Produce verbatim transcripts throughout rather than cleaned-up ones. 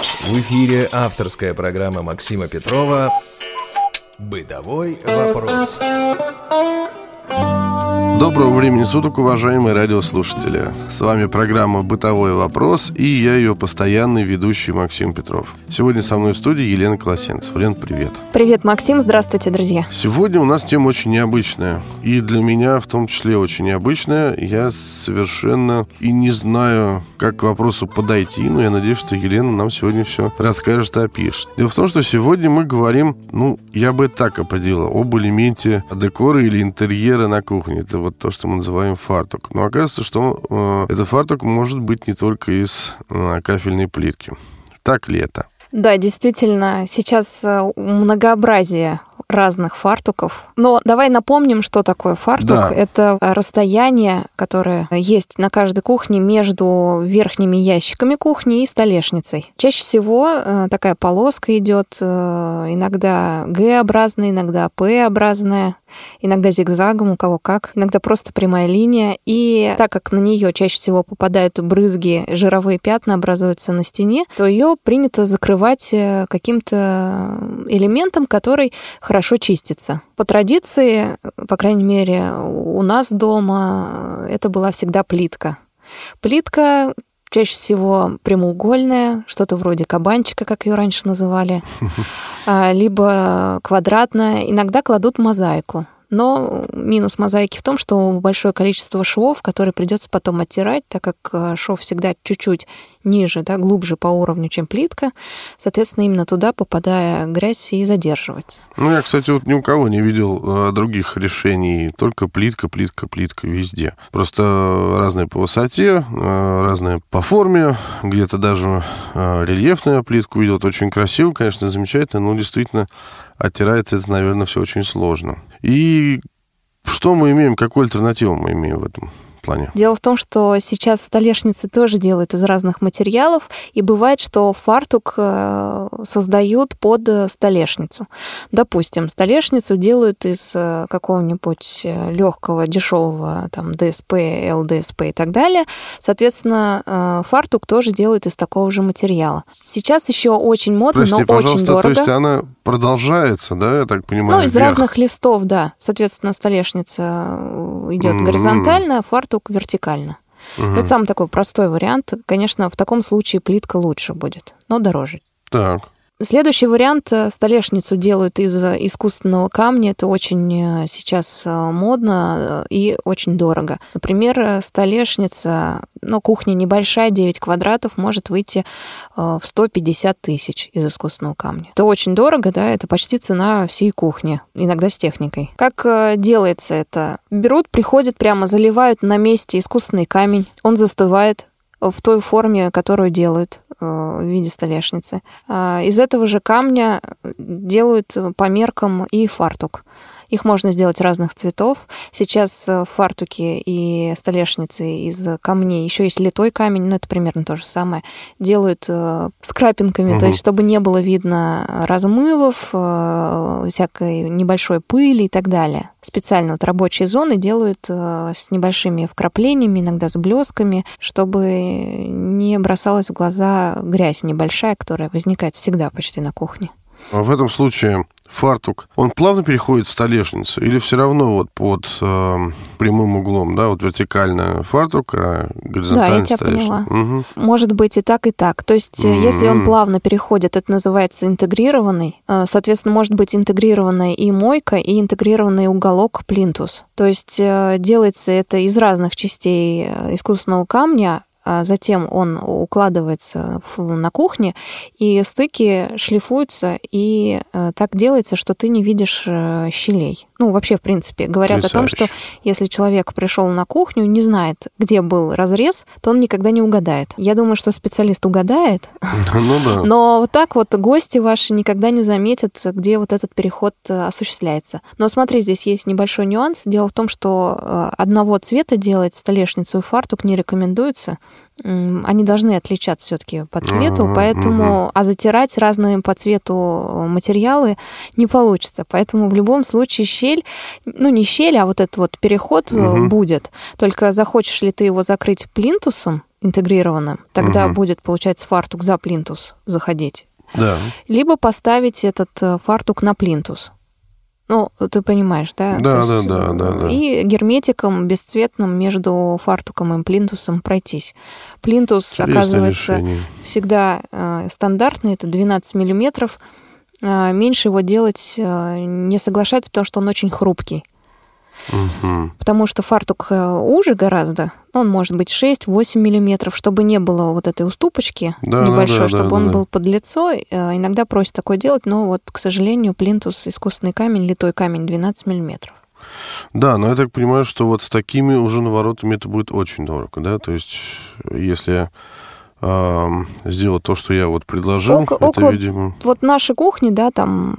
В эфире авторская программа Максима Петрова «Бытовой вопрос». Доброго времени суток, уважаемые радиослушатели. С вами программа «Бытовой вопрос» и я ее постоянный ведущий Максим Петров. Сегодня со мной в студии Елена Колосенцева. Лен, привет. Привет, Максим. Здравствуйте, друзья. Сегодня у нас тема очень необычная. И для меня в том числе очень необычная. Я совершенно и не знаю, как к вопросу подойти, но я надеюсь, что Елена нам сегодня все расскажет и опишет. Дело в том, что сегодня мы говорим, ну, я бы так определил, об элементе декора или интерьера на кухне. Это вот то, что мы называем фартук. Но оказывается, что э, этот фартук может быть не только из э, кафельной плитки. Так ли это? Да, действительно, сейчас многообразие разных фартуков. Но давай напомним, что такое фартук. Да. Это расстояние, которое есть на каждой кухне между верхними ящиками кухни и столешницей. Чаще всего такая полоска идет, иногда Г-образная, иногда П-образная, иногда зигзагом, у кого как, иногда просто прямая линия. И так как на нее чаще всего попадают брызги, жировые пятна образуются на стене, то ее принято закрывать каким-то элементом, который хорошо чистится. По традиции, по крайней мере, у нас дома это была всегда плитка. Плитка чаще всего прямоугольная, что-то вроде кабанчика, как ее раньше называли, либо квадратная. Иногда кладут мозаику. Но минус мозаики в том, что большое количество швов, которые придется потом оттирать, так как шов всегда чуть-чуть ниже, да, глубже по уровню, чем плитка. Соответственно, именно туда, попадая грязь, и задерживается. Ну, я, кстати, вот ни у кого не видел других решений. Только плитка, плитка, плитка везде. Просто разные по высоте, разные по форме. Где-то даже рельефную плитку видел. Это очень красиво, конечно, замечательно, но действительно оттирается это, наверное, все очень сложно. И что мы имеем, какую альтернативу мы имеем в этом плане? Дело в том, что сейчас столешницы тоже делают из разных материалов, и бывает, что фартук создают под столешницу. Допустим, столешницу делают из какого-нибудь легкого, дешевого, там, ДСП, ЛДСП и так далее. Соответственно, фартук тоже делают из такого же материала. Сейчас еще очень модно, Прости, но пожалуйста, очень дорого. То есть она продолжается, да, я так понимаю? Ну, из вверх. разных листов, да. Соответственно, столешница идет mm-hmm. горизонтально, фартук вертикально. Uh-huh. Это самый такой простой вариант. Конечно, в таком случае плитка лучше будет, но дороже. Так. Следующий вариант. Столешницу делают из искусственного камня. Это очень сейчас модно и очень дорого. Например, столешница, ну, кухня небольшая, девять квадратов, может выйти в сто пятьдесят тысяч из искусственного камня. Это очень дорого, да, это почти цена всей кухни, иногда с техникой. Как делается это? Берут, приходят, прямо заливают на месте искусственный камень, он застывает в той форме, которую делают в виде столешницы. Из этого же камня делают по меркам и фартук. Их можно сделать разных цветов. Сейчас фартуки и столешницы из камней, еще есть литой камень, но это примерно то же самое, делают с крапинками, угу. то есть чтобы не было видно размывов, всякой небольшой пыли и так далее. Специально вот рабочие зоны делают с небольшими вкраплениями, иногда с блесками, чтобы не бросалась в глаза грязь небольшая, которая возникает всегда почти на кухне. В этом случае фартук, он плавно переходит в столешницу или все равно вот под э, прямым углом, да, вот вертикально фартук, а горизонтально да, я тебя столешница? поняла. Угу. Может быть и так, и так. То есть mm-hmm. если он плавно переходит, это называется интегрированный. Соответственно, может быть интегрированная и мойка, и интегрированный уголок плинтус. То есть делается это из разных частей искусственного камня, а затем он укладывается на кухне, и стыки шлифуются, и так делается, что ты не видишь щелей. Ну, вообще, в принципе, говорят Потрясающе. О том, что если человек пришел на кухню, не знает, где был разрез, то он никогда не угадает. Я думаю, что специалист угадает, ну, да. но вот так вот гости ваши никогда не заметят, где вот этот переход осуществляется. Но смотри, здесь есть небольшой нюанс. Дело в том, что одного цвета делать столешницу и фартук не рекомендуется. они должны отличаться все-таки по цвету, Ага, поэтому, мгм. а затирать разные по цвету материалы не получится. Поэтому в любом случае щель, ну не щель, а вот этот вот переход э, Мгм. будет. Только захочешь ли ты его закрыть плинтусом интегрированным, тогда Мгм. будет, получается, фартук за плинтус заходить. Да. Либо поставить этот э, фартук на плинтус. Ну, ты понимаешь, да? Да, То да, есть, да, да, э, да. И герметиком бесцветным между фартуком и плинтусом пройтись. Плинтус, Интересное оказывается, решение. всегда э, стандартный, это двенадцать миллиметров. Э, меньше его делать э, не соглашается, потому что он очень хрупкий. Мгм. Потому что фартук э, уже гораздо, он может быть шесть-восемь миллиметров, чтобы не было вот этой уступочки Да, да, небольшой, да, чтобы да, он да. был под лицо. Э, Иногда просят такое делать, но вот, к сожалению, плинтус, искусственный камень, литой камень двенадцать миллиметров. Да, но я так понимаю, что вот с такими уже наворотами это будет очень дорого, да? То есть, если ам, сделать то, что я вот предложил, Око- это, около- видимо... Вот наши кухни, да, там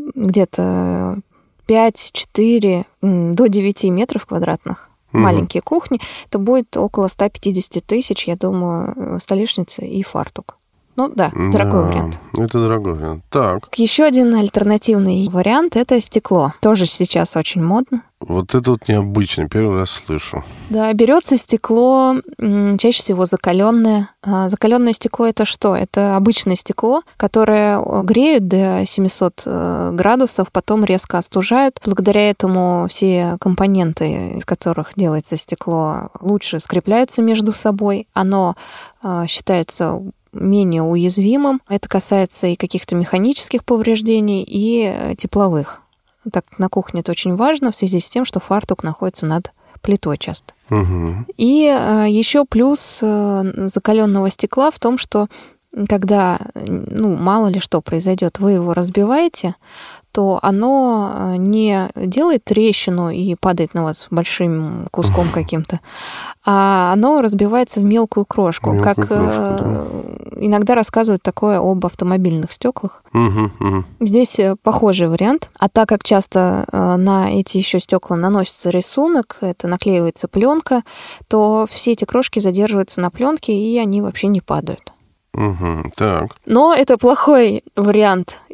где-то пять-четыре до девяти метров квадратных. Мгм. Маленькие кухни, это будет около сто пятьдесят тысяч, я думаю, столешница и фартук. Ну да, дорогой Да, вариант. Это дорогой вариант. Так, Еще один альтернативный вариант – это стекло. Тоже сейчас очень модно. вот это вот необычно, первый раз слышу. Да, берется стекло, м, чаще всего закаленное. Закаленное стекло это что? Это обычное стекло, которое э, греют до семисот э, градусов, потом резко остужают. Благодаря этому все компоненты, из которых делается стекло, лучше скрепляются между собой. Оно э, считается менее уязвимым. Это касается и каких-то механических повреждений, и э, тепловых. Так, на кухне это очень важно в связи с тем, что фартук находится над плитой часто. Мгм. И э, еще плюс э, закаленного стекла в том, что когда, ну, мало ли что произойдет, вы его разбиваете, то оно не делает трещину и падает на вас большим куском каким-то, а оно разбивается в мелкую крошку. Мелкую как крошку, э, иногда рассказывают такое об автомобильных стеклах. Мгм, мгм. Здесь э, похожий вариант. А так как часто э, на эти еще стекла наносится рисунок, это наклеивается пленка, то все эти крошки задерживаются на пленке, и они вообще не падают. Мгм. Так. Но это плохой вариант,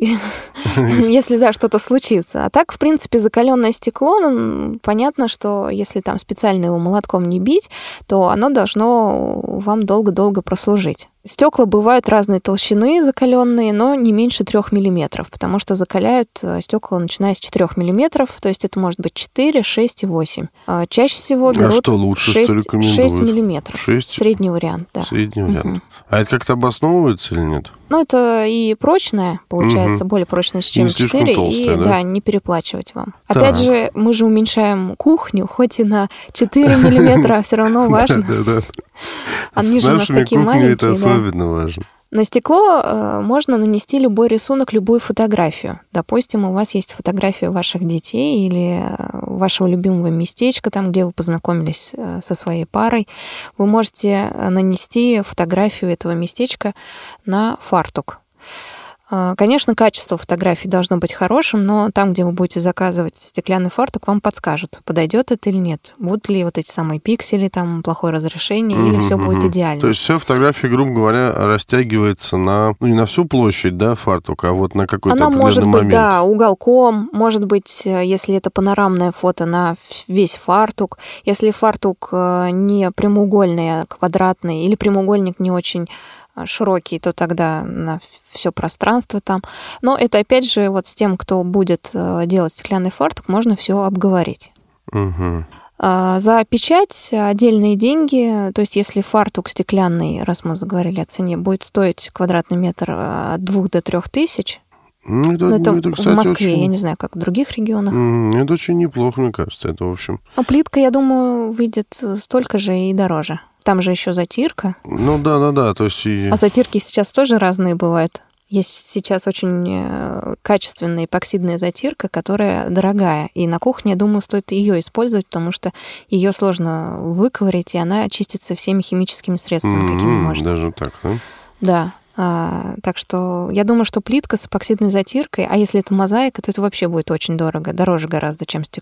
если, да, что-то случится. А так, в принципе, закаленное стекло, ну, понятно, что если там специально его молотком не бить, то оно должно вам долго-долго прослужить. Стекла бывают разной толщины закаленные, но не меньше трех миллиметров, потому что закаляют стекла, начиная с четырех миллиметров, то есть это может быть четыре, шесть и восемь. А чаще всего берут А что лучше, что рекомендуют? шесть миллиметров. шесть? Средний вариант, да. Средний вариант. Мгм. А это как-то обосновывается или нет? Ну, это и прочное, получается, более прочное, чем Не слишком четыре, толстое, и да? да, не переплачивать вам. Так. Опять же, мы же уменьшаем кухню, хоть и на четыре миллиметра, все равно важно. Да, да, да. Они С же у нас нашими такие кухнями это маленькие, да. особенно важно. На стекло э, можно нанести любой рисунок, любую фотографию. Допустим, у вас есть фотография ваших детей или э, вашего любимого местечка, там, где вы познакомились э, со своей парой. Вы можете нанести фотографию этого местечка на фартук. Э, Конечно, качество фотографий должно быть хорошим, но там, где вы будете заказывать стеклянный фартук, вам подскажут, подойдет это или нет. Будут ли вот эти самые пиксели, там, плохое разрешение, или Мгм, все будет мгм. идеально. То есть вся фотография, грубо говоря, растягивается на, ну, не на всю площадь, да, фартука, а вот на какой-то Она определенный может быть, момент. да, уголком, может быть, э, если это панорамное фото, на в- весь фартук. Если фартук э, не прямоугольный, а квадратный, или прямоугольник не очень э, широкий, то тогда на все пространство там. Но это, опять же, вот с тем, кто будет э, делать стеклянный фартук, можно все обговорить. Мгм. А За печать отдельные деньги, то есть если фартук стеклянный, раз мы заговорили о цене, будет стоить квадратный метр э, от двух до трех тысяч. Ну, это, Ну, это это, в кстати, Москве, очень... я не знаю, как в других регионах. М, Это очень неплохо, мне кажется, это, в общем. Но плитка, я думаю, выйдет столько же и дороже. Там же еще затирка. Ну, да-да-да, то есть... И... А затирки сейчас тоже разные бывают. Есть сейчас очень э, качественная эпоксидная затирка, которая дорогая. И на кухне, я думаю, стоит ее использовать, потому что ее сложно выковырять, и она очистится всеми химическими средствами, какими М, можно. Даже так, да? Да. А, так что я думаю, что плитка с эпоксидной затиркой, а если это мозаика, то это вообще будет очень дорого, дороже гораздо, чем стекло.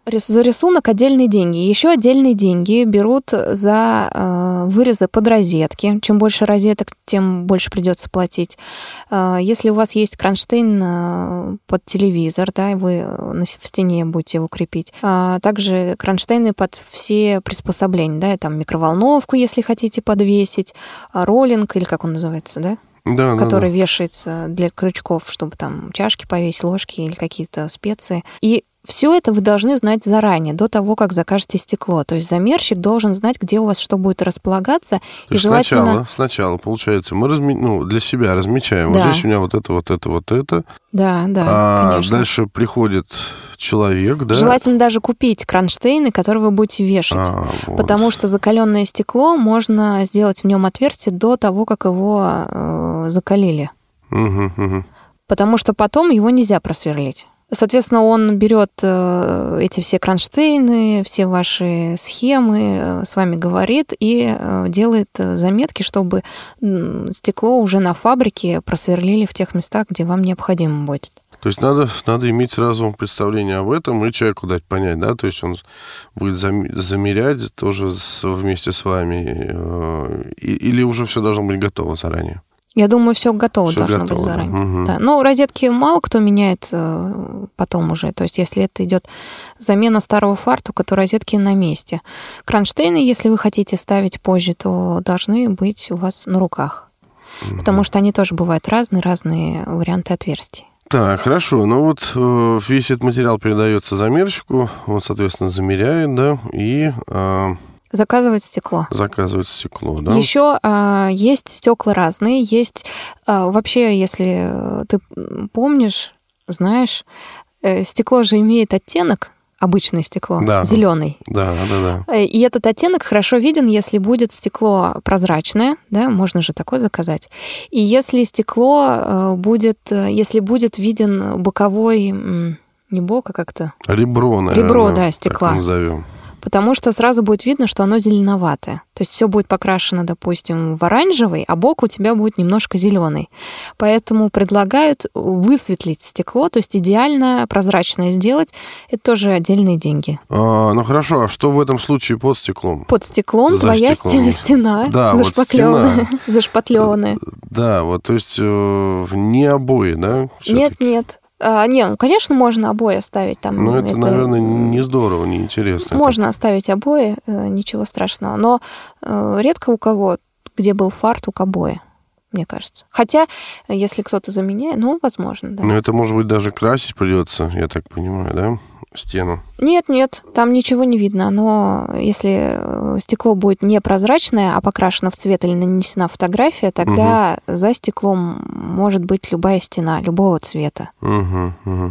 За рисунок отдельные деньги. Еще отдельные деньги берут за э, вырезы под розетки. Чем больше розеток, тем больше придется платить. Э, если у вас есть кронштейн э, под телевизор, да, и вы в стене будете его крепить. А также кронштейны под все приспособления, да, там микроволновку, если хотите подвесить, роллинг, или как он называется, да? Да, который да, да. вешается для крючков, чтобы там чашки повесить, ложки или какие-то специи. И все это вы должны знать заранее, до того, как закажете стекло. То есть замерщик должен знать, где у вас что будет располагаться. То и есть желательно... сначала, сначала, получается, мы разме... ну, для себя размечаем. Да. Вот здесь у меня вот это, вот это, вот это. Да, да, а конечно. Дальше приходит человек, да? Желательно даже купить кронштейны, которые вы будете вешать. А, вот. Потому что закаленное стекло можно сделать в нем отверстие до того, как его э, закалили. Угу, угу. Потому что потом его нельзя просверлить. Соответственно, он берет э, эти все кронштейны, все ваши схемы, э, с вами говорит и э, делает заметки, чтобы э, стекло уже на фабрике просверлили в тех местах, где вам необходимо будет. То есть надо, надо иметь сразу представление об этом и человеку дать понять, да? То есть он будет зам- замерять тоже с, вместе с вами, э, и, или уже все должно быть готово заранее? Я думаю, все готово Всё должно готово, быть заранее. да. Угу. Да. Но розетки мало кто меняет э, потом уже. То есть если это идет замена старого фартука, то розетки на месте. Кронштейны, если вы хотите ставить позже, то должны быть у вас на руках. Угу. Потому что они тоже бывают разные, разные варианты отверстий. Так, хорошо. Ну вот э, весь этот материал передается замерщику, он, соответственно, замеряет, да, и... Э... Заказывать стекло. Заказывать стекло, да. Еще а, есть стекла разные. Есть а, вообще, если ты помнишь, знаешь, э, стекло же имеет оттенок, обычное стекло, да, зеленый. Да, да, да. И этот оттенок хорошо виден, если будет стекло прозрачное, да, можно же такое заказать. И если стекло будет, если будет виден боковой, не бок, а как-то... Ребро, наверное. Ребро, да, стекла. Так назовем. Потому что сразу будет видно, что оно зеленоватое. То есть все будет покрашено, допустим, в оранжевый, а бок у тебя будет немножко зеленый. Поэтому предлагают высветлить стекло, то есть идеально прозрачное сделать. Это тоже отдельные деньги. А, ну хорошо, а что в этом случае под стеклом? Под стеклом За твоя стеклом. стена, Да, зашпаклеванная. вот стена. Зашпатлеванная. Да, вот, то есть э, не обои, да? Нет, нет. А, не, ну, конечно, можно обои оставить. Там, Но это, это, наверное, не здорово, не интересно. Можно это. оставить обои, ничего страшного. Но э, редко у кого, где был фартук, обои, мне кажется. Хотя, если кто-то заменяет, ну, возможно, да. Ну, это, может быть, даже красить придется, я так понимаю, да? Стену. Нет, нет, там ничего не видно. Но если стекло будет не прозрачное, а покрашено в цвет или нанесена фотография, тогда угу. за стеклом может быть любая стена, любого цвета. Угу, угу.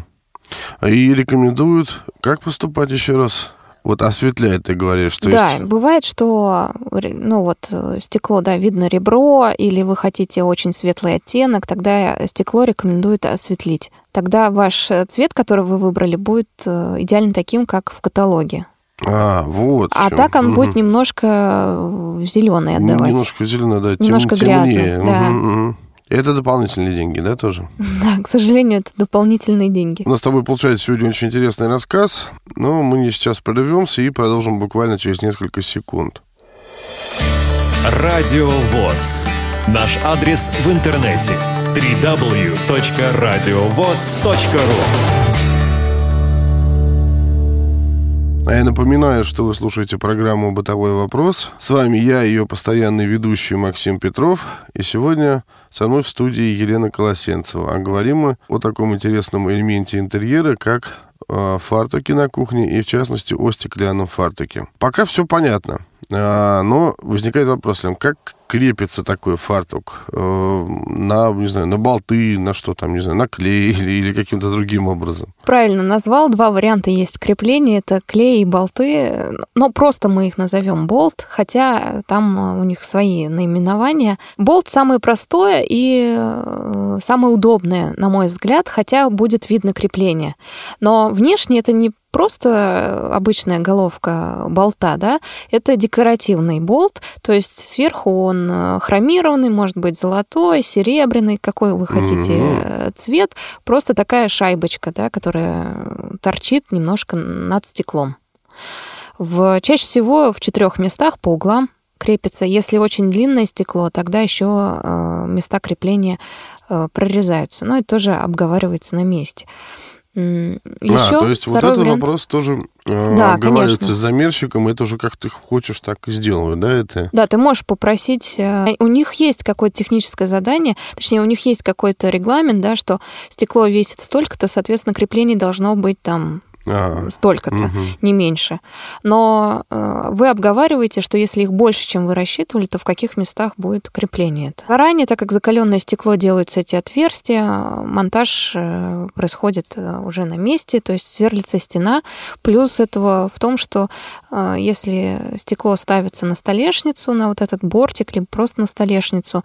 И рекомендуют, как поступать еще раз? Вот осветляет, ты говоришь. То да, есть... бывает, что ну вот, стекло, да, видно ребро, или вы хотите очень светлый оттенок, тогда стекло рекомендуют осветлить. Тогда ваш цвет, который вы выбрали, будет идеально таким, как в каталоге. А, вот. А чем. так он угу. будет немножко зеленый отдавать. Немножко зеленый, да, немножко тем, грязный, темнее. да. Угу, угу. Это дополнительные деньги, да, тоже? Да, к сожалению, это дополнительные деньги. У нас с тобой получается сегодня очень интересный рассказ, но мы сейчас прервемся и продолжим буквально через несколько секунд. Радио ВОС. Наш адрес в интернете дабл ю дабл ю дабл ю точка радиовос точка ру. А я напоминаю, что вы слушаете программу «Бытовой вопрос». С вами я, ее постоянный ведущий Максим Петров. И сегодня со мной в студии Елена Колосенцева. А говорим мы о таком интересном элементе интерьера, как э, фартуки на кухне и, в частности, о стеклянном фартуке. Пока все понятно. А, но возникает вопрос, как крепится такой фартук э, на, не знаю, на болты, на что там, не знаю, на клей или, или каким-то другим образом? Правильно назвал. Два варианта есть крепления. Это клей и болты. Но просто мы их назовем болт, хотя там у них свои наименования. Болт самое простое и самое удобное, на мой взгляд, хотя будет видно крепление. Но внешне это не просто обычная головка болта, да, это декоративный болт, то есть сверху он хромированный, может быть, золотой, серебряный, какой вы хотите mm-hmm. цвет, просто такая шайбочка, да, которая торчит немножко над стеклом. В, чаще всего в четырех местах по углам крепится. Если очень длинное стекло, тогда еще э, места крепления э, прорезаются. Но это тоже обговаривается на месте. Еще а, то есть вот этот вариант... вопрос тоже э, да, обговаривается с замерщиком, это уже как ты хочешь, так и сделаю, да? Это... Да, ты можешь попросить... Э, у них есть какое-то техническое задание, точнее, у них есть какой-то регламент, да, что стекло весит столько-то, соответственно, крепление должно быть там... А, столько-то, угу. не меньше. Но э, вы обговариваете, что если их больше, чем вы рассчитывали, то в каких местах будет крепление это. Заранее, так как закаленное стекло делаются эти отверстия, монтаж э, происходит уже на месте, то есть сверлится стена. Плюс этого в том, что э, если стекло ставится на столешницу, на вот этот бортик, либо просто на столешницу,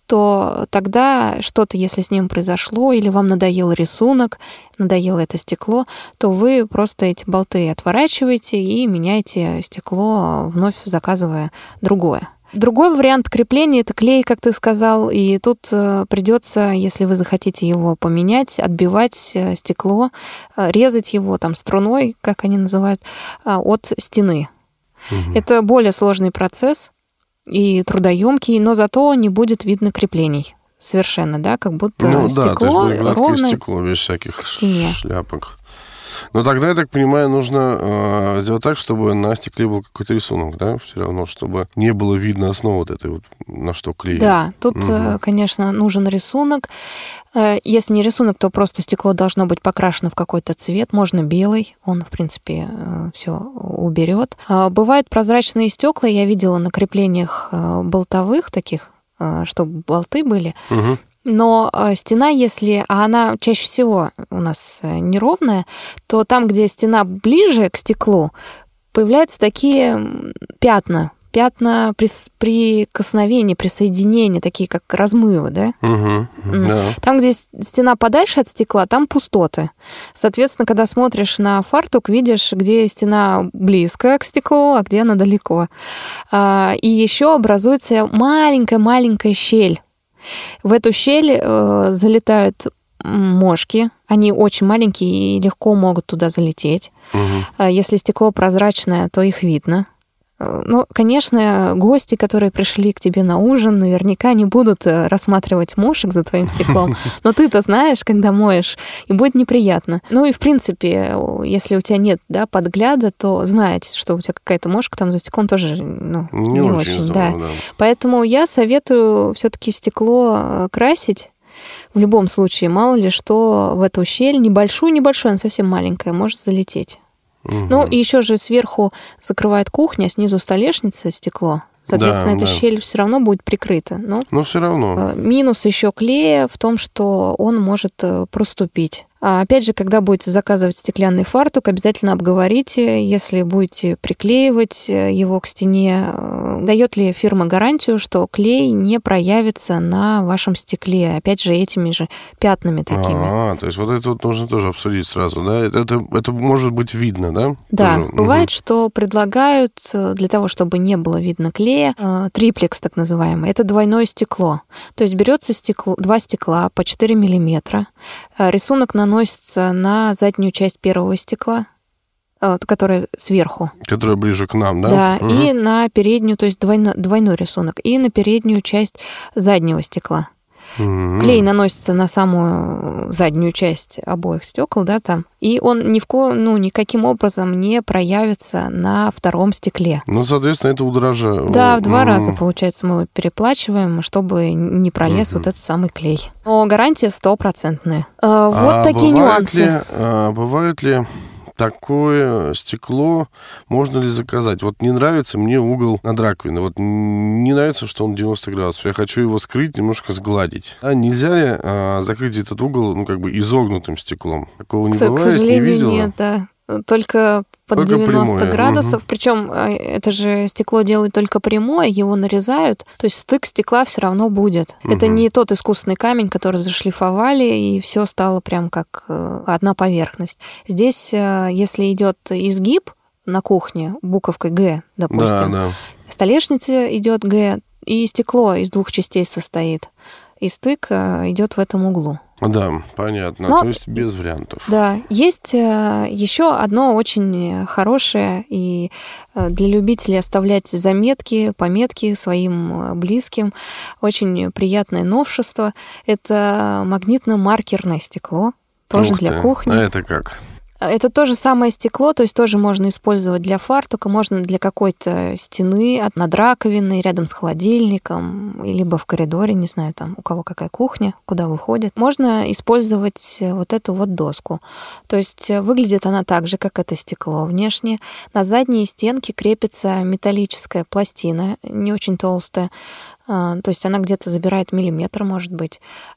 то тогда что-то, если с ним произошло, или вам надоел рисунок, надоело это стекло, то вы просто эти болты отворачиваете и меняете стекло, вновь заказывая другое. Другой вариант крепления — это клей, как ты сказал, и тут придется, если вы захотите его поменять, отбивать стекло, резать его там струной, как они называют, от стены. Угу. Это более сложный процесс и трудоемкий, но зато не будет видно креплений. Совершенно, да, как будто ну, стекло да, ровно стекло без всяких шляпок. Но тогда, я так понимаю, нужно э, сделать так, чтобы на стекле был какой-то рисунок, да, все равно, чтобы не было видно основы вот этой вот, на что клеить. Да, тут, угу. конечно, нужен рисунок. Если не рисунок, то просто стекло должно быть покрашено в какой-то цвет, можно белый, он, в принципе, все уберет. Бывают прозрачные стекла, я видела на креплениях болтовых таких, чтобы болты были. Угу. Но стена, если... А она чаще всего у нас неровная, то там, где стена ближе к стеклу, появляются такие пятна. Пятна прикосновения, присоединения, такие как размывы, да? Угу, да. Там, где стена подальше от стекла, там пустоты. Соответственно, когда смотришь на фартук, видишь, где стена близко к стеклу, а где она далеко. И еще образуется маленькая-маленькая щель. В эту щель залетают мошки. Они очень маленькие и легко могут туда залететь. Угу. Если стекло прозрачное, то их видно. Ну, конечно, гости, которые пришли к тебе на ужин, наверняка не будут рассматривать мошек за твоим стеклом, но ты-то знаешь, когда моешь, и будет неприятно. Ну и, в принципе, если у тебя нет, да, подгляда, то знать, что у тебя какая-то мошка там за стеклом тоже ну, не, не очень. очень здорово, да. Да. Поэтому я советую все-таки стекло красить. В любом случае, мало ли что в эту щель, небольшую-небольшую, она совсем маленькая, может залететь. Угу. Ну, и еще же сверху закрывает кухня, снизу столешница, стекло. Соответственно, да, эта да. щель все равно будет прикрыта. Но, Но все равно. Минус еще клея в том, что он может проступить. А опять же, когда будете заказывать стеклянный фартук, обязательно обговорите, если будете приклеивать его к стене, дает ли фирма гарантию, что клей не проявится на вашем стекле, опять же, этими же пятнами такими. А, то есть вот это вот нужно тоже обсудить сразу, да? Это, это, это может быть видно, да? Да, тоже? Бывает, угу. что предлагают для того, чтобы не было видно клея, триплекс так называемый, это двойное стекло. То есть берется стекло, два стекла по четыре миллиметра, рисунок наносится на заднюю часть первого стекла, которая сверху. Которая ближе к нам, да? Да, угу. и на переднюю, то есть двойно, двойной рисунок, и на переднюю часть заднего стекла. Угу. Клей наносится на самую заднюю часть обоих стекол, да, там, и он ни в ко... ну, никаким образом не проявится на втором стекле. Ну, соответственно, это удорожает. Да, в два угу. раза, получается, мы переплачиваем, чтобы не пролез угу. вот этот самый клей. Но гарантия стопроцентная. А, вот а такие нюансы. Ли, а, бывают ли такое стекло можно ли заказать? Вот не нравится мне угол над раковиной. Вот не нравится, что он девяносто градусов. Я хочу его скрыть, немножко сгладить. А нельзя ли а, закрыть этот угол, ну, как бы изогнутым стеклом? Такого не К бывает? сожалению, не видела? Нет, да. только под только девяносто прямое. градусов. Угу. Причем это же стекло делают только прямое, его нарезают. То есть стык стекла все равно будет. Угу. Это не тот искусственный камень, который зашлифовали, и все стало прям как одна поверхность. Здесь, если идет изгиб на кухне буковкой Г, допустим, да, да. столешница идет Г, и стекло из двух частей состоит. И стык идет в этом углу. Да, понятно. Но, то есть без вариантов. Да, есть еще одно очень хорошее и для любителей оставлять заметки, пометки своим близким. Очень приятное новшество. Это магнитно-маркерное стекло, тоже Ух для ты. кухни. А это как? Это то же самое стекло, то есть тоже можно использовать для фартука, можно для какой-то стены, над раковиной, рядом с холодильником, либо в коридоре, не знаю, там у кого какая кухня, куда выходит. Можно использовать вот эту вот доску. То есть выглядит она так же, как это стекло внешне. На задней стенке крепится металлическая пластина, не очень толстая. То есть она где-то забирает миллиметр, может быть.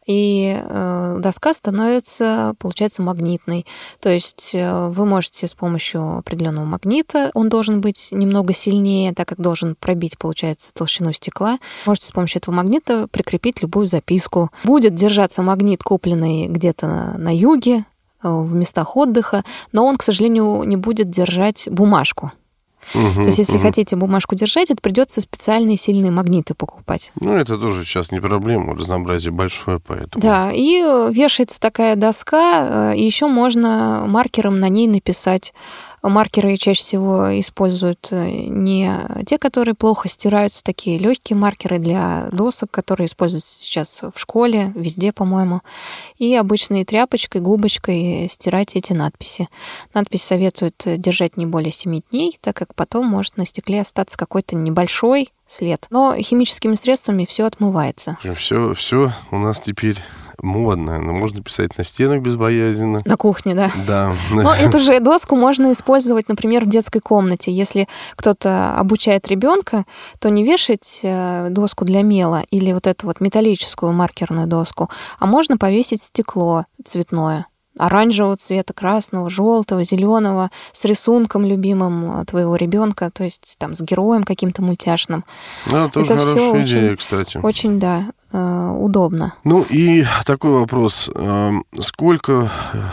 И доска становится, получается, магнитной. То есть вы можете с помощью определенного магнита, он должен быть немного сильнее, так как должен пробить, получается, толщину стекла. Можете с помощью этого магнита прикрепить любую записку. Будет держаться магнит, купленный где-то на юге, в местах отдыха, но он, к сожалению, не будет держать бумажку. Угу, То есть, если угу. хотите бумажку держать, это придется специальные сильные магниты покупать. Ну, это тоже сейчас не проблема, разнообразие большое, поэтому... Да, и вешается такая доска, и еще можно маркером на ней написать. Маркеры чаще всего используют не те, которые плохо стираются, такие легкие маркеры для досок, которые используются сейчас в школе, везде, по-моему. И обычной тряпочкой, губочкой стирать эти надписи. Надпись советуют держать не более семи дней, так как потом может на стекле остаться какой-то небольшой след. Но химическими средствами все отмывается. Все, все у нас теперь модно. Но можно писать на стенах безбоязненно. На кухне, да. Да. Но эту же доску можно использовать, например, в детской комнате. Если кто-то обучает ребенка, то не вешать доску для мела или вот эту вот металлическую маркерную доску, а можно повесить стекло цветное. Оранжевого цвета, красного, желтого, зеленого, с рисунком любимым твоего ребенка, то есть там с героем каким-то мультяшным. Да, тоже это хорошая идея, очень, кстати. Очень, да, удобно. Ну и такой вопрос. Сколько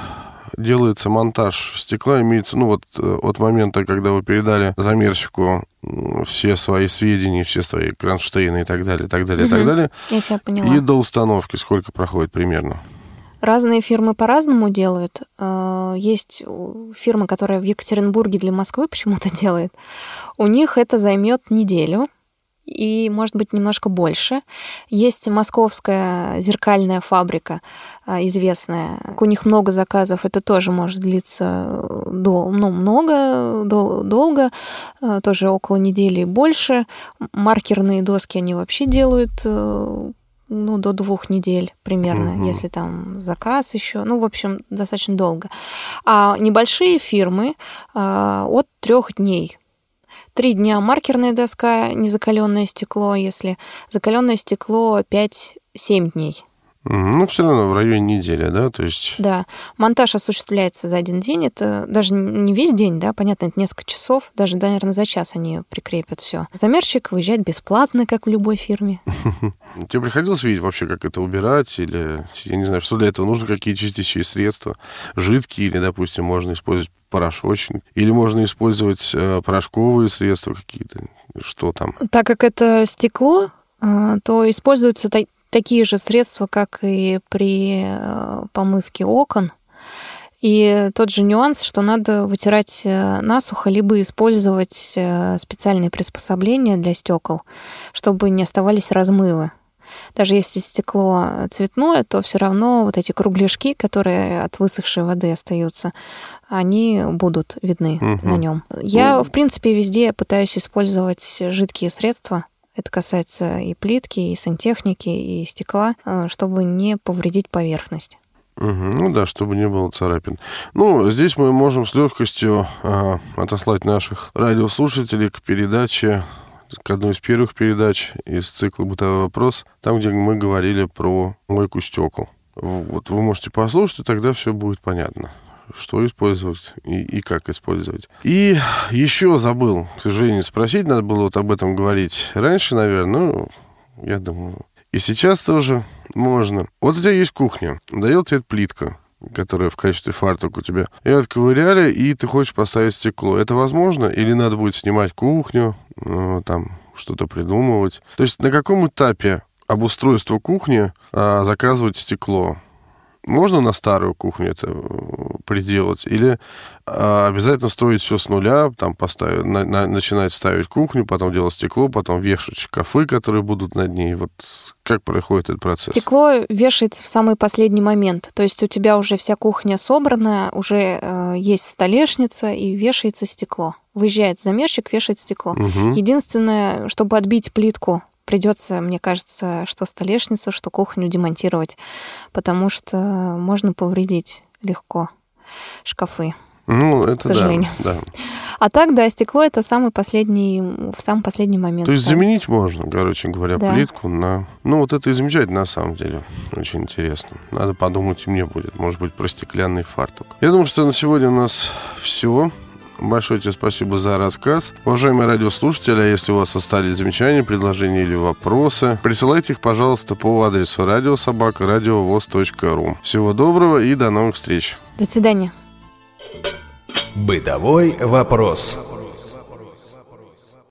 делается монтаж стекла, имеется, ну вот от момента, когда вы передали замерщику все свои сведения, все свои кронштейны и так далее, и так далее, угу. и так далее. Я тебя поняла. И до установки сколько проходит примерно? Разные фирмы по-разному делают. Есть фирма, которая в Екатеринбурге для Москвы почему-то делает. У них это займет неделю и, может быть, немножко больше. Есть московская зеркальная фабрика известная. У них много заказов. Это тоже может длиться до, ну, много, до, долго, тоже около недели и больше. Маркерные доски они вообще делают ну, до двух недель примерно, угу. если там заказ еще. Ну, в общем, достаточно долго. А небольшие фирмы а, от трех дней. Три дня маркерная доска, незакаленное стекло, если закаленное стекло пять-семь дней. Ну, все равно в районе недели, да, то есть... Да, монтаж осуществляется за один день, это даже не весь день, да, понятно, это несколько часов, даже, наверное, за час они прикрепят все. Замерщик выезжает бесплатно, как в любой фирме. Тебе приходилось видеть вообще, как это убирать, или, я не знаю, что для этого нужно, какие чистящие средства, жидкие, или, допустим, можно использовать порошочный, или можно использовать э, порошковые средства какие-то, что там? Так как это стекло, э, то используются та- такие же средства, как и при э, помывке окон. И тот же нюанс, что надо вытирать насухо, либо использовать специальные приспособления для стекол, чтобы не оставались размывы. Даже если стекло цветное, то все равно вот эти кругляшки, которые от высохшей воды остаются, они будут видны угу. на нем. Я, в принципе, везде пытаюсь использовать жидкие средства. Это касается и плитки, и сантехники, и стекла, чтобы не повредить поверхность. Угу, ну да, чтобы не было царапин. Ну, здесь мы можем с легкостью э, отослать наших радиослушателей к передаче, к одной из первых передач из цикла «Бытовой вопрос», там, где мы говорили про мойку стекол. Вот вы можете послушать, и тогда все будет понятно. что использовать и, и как использовать. И еще забыл, к сожалению, спросить, надо было вот об этом говорить раньше, наверное, ну, я думаю, и сейчас тоже можно. Вот у тебя есть кухня, дает тебе плитка, которая в качестве фартука у тебя. И отковыряли, и ты хочешь поставить стекло. Это возможно? Или надо будет снимать кухню, ну, там, что-то придумывать? То есть на каком этапе обустройства кухни а, заказывать стекло? Можно на старую кухню это приделать? Или а, обязательно строить все с нуля, там поставить, на, на, начинать ставить кухню, потом делать стекло, потом вешать шкафы, которые будут над ней? Вот как происходит этот процесс? Стекло вешается в самый последний момент. То есть у тебя уже вся кухня собрана, уже э, есть столешница, и вешается стекло. Выезжает замерщик, вешает стекло. Угу. Единственное, чтобы отбить плитку, придется, мне кажется, что столешницу, что кухню демонтировать, потому что можно повредить легко шкафы. Ну, это к сожалению. Да, да. А так, да, стекло — это самый последний, в самый последний момент. То есть ставится. заменить можно, короче говоря, Да. плитку на... Ну, вот это и замечательно, на самом деле. Очень интересно. Надо подумать, и мне будет. Может быть, про стеклянный фартук. Я думаю, что на сегодня у нас все. Большое тебе спасибо за рассказ. Уважаемые радиослушатели, а если у вас остались замечания, предложения или вопросы, присылайте их, пожалуйста, по адресу радиособака радиовоз точка ру. Всего доброго и до новых встреч. До свидания. Бытовой вопрос.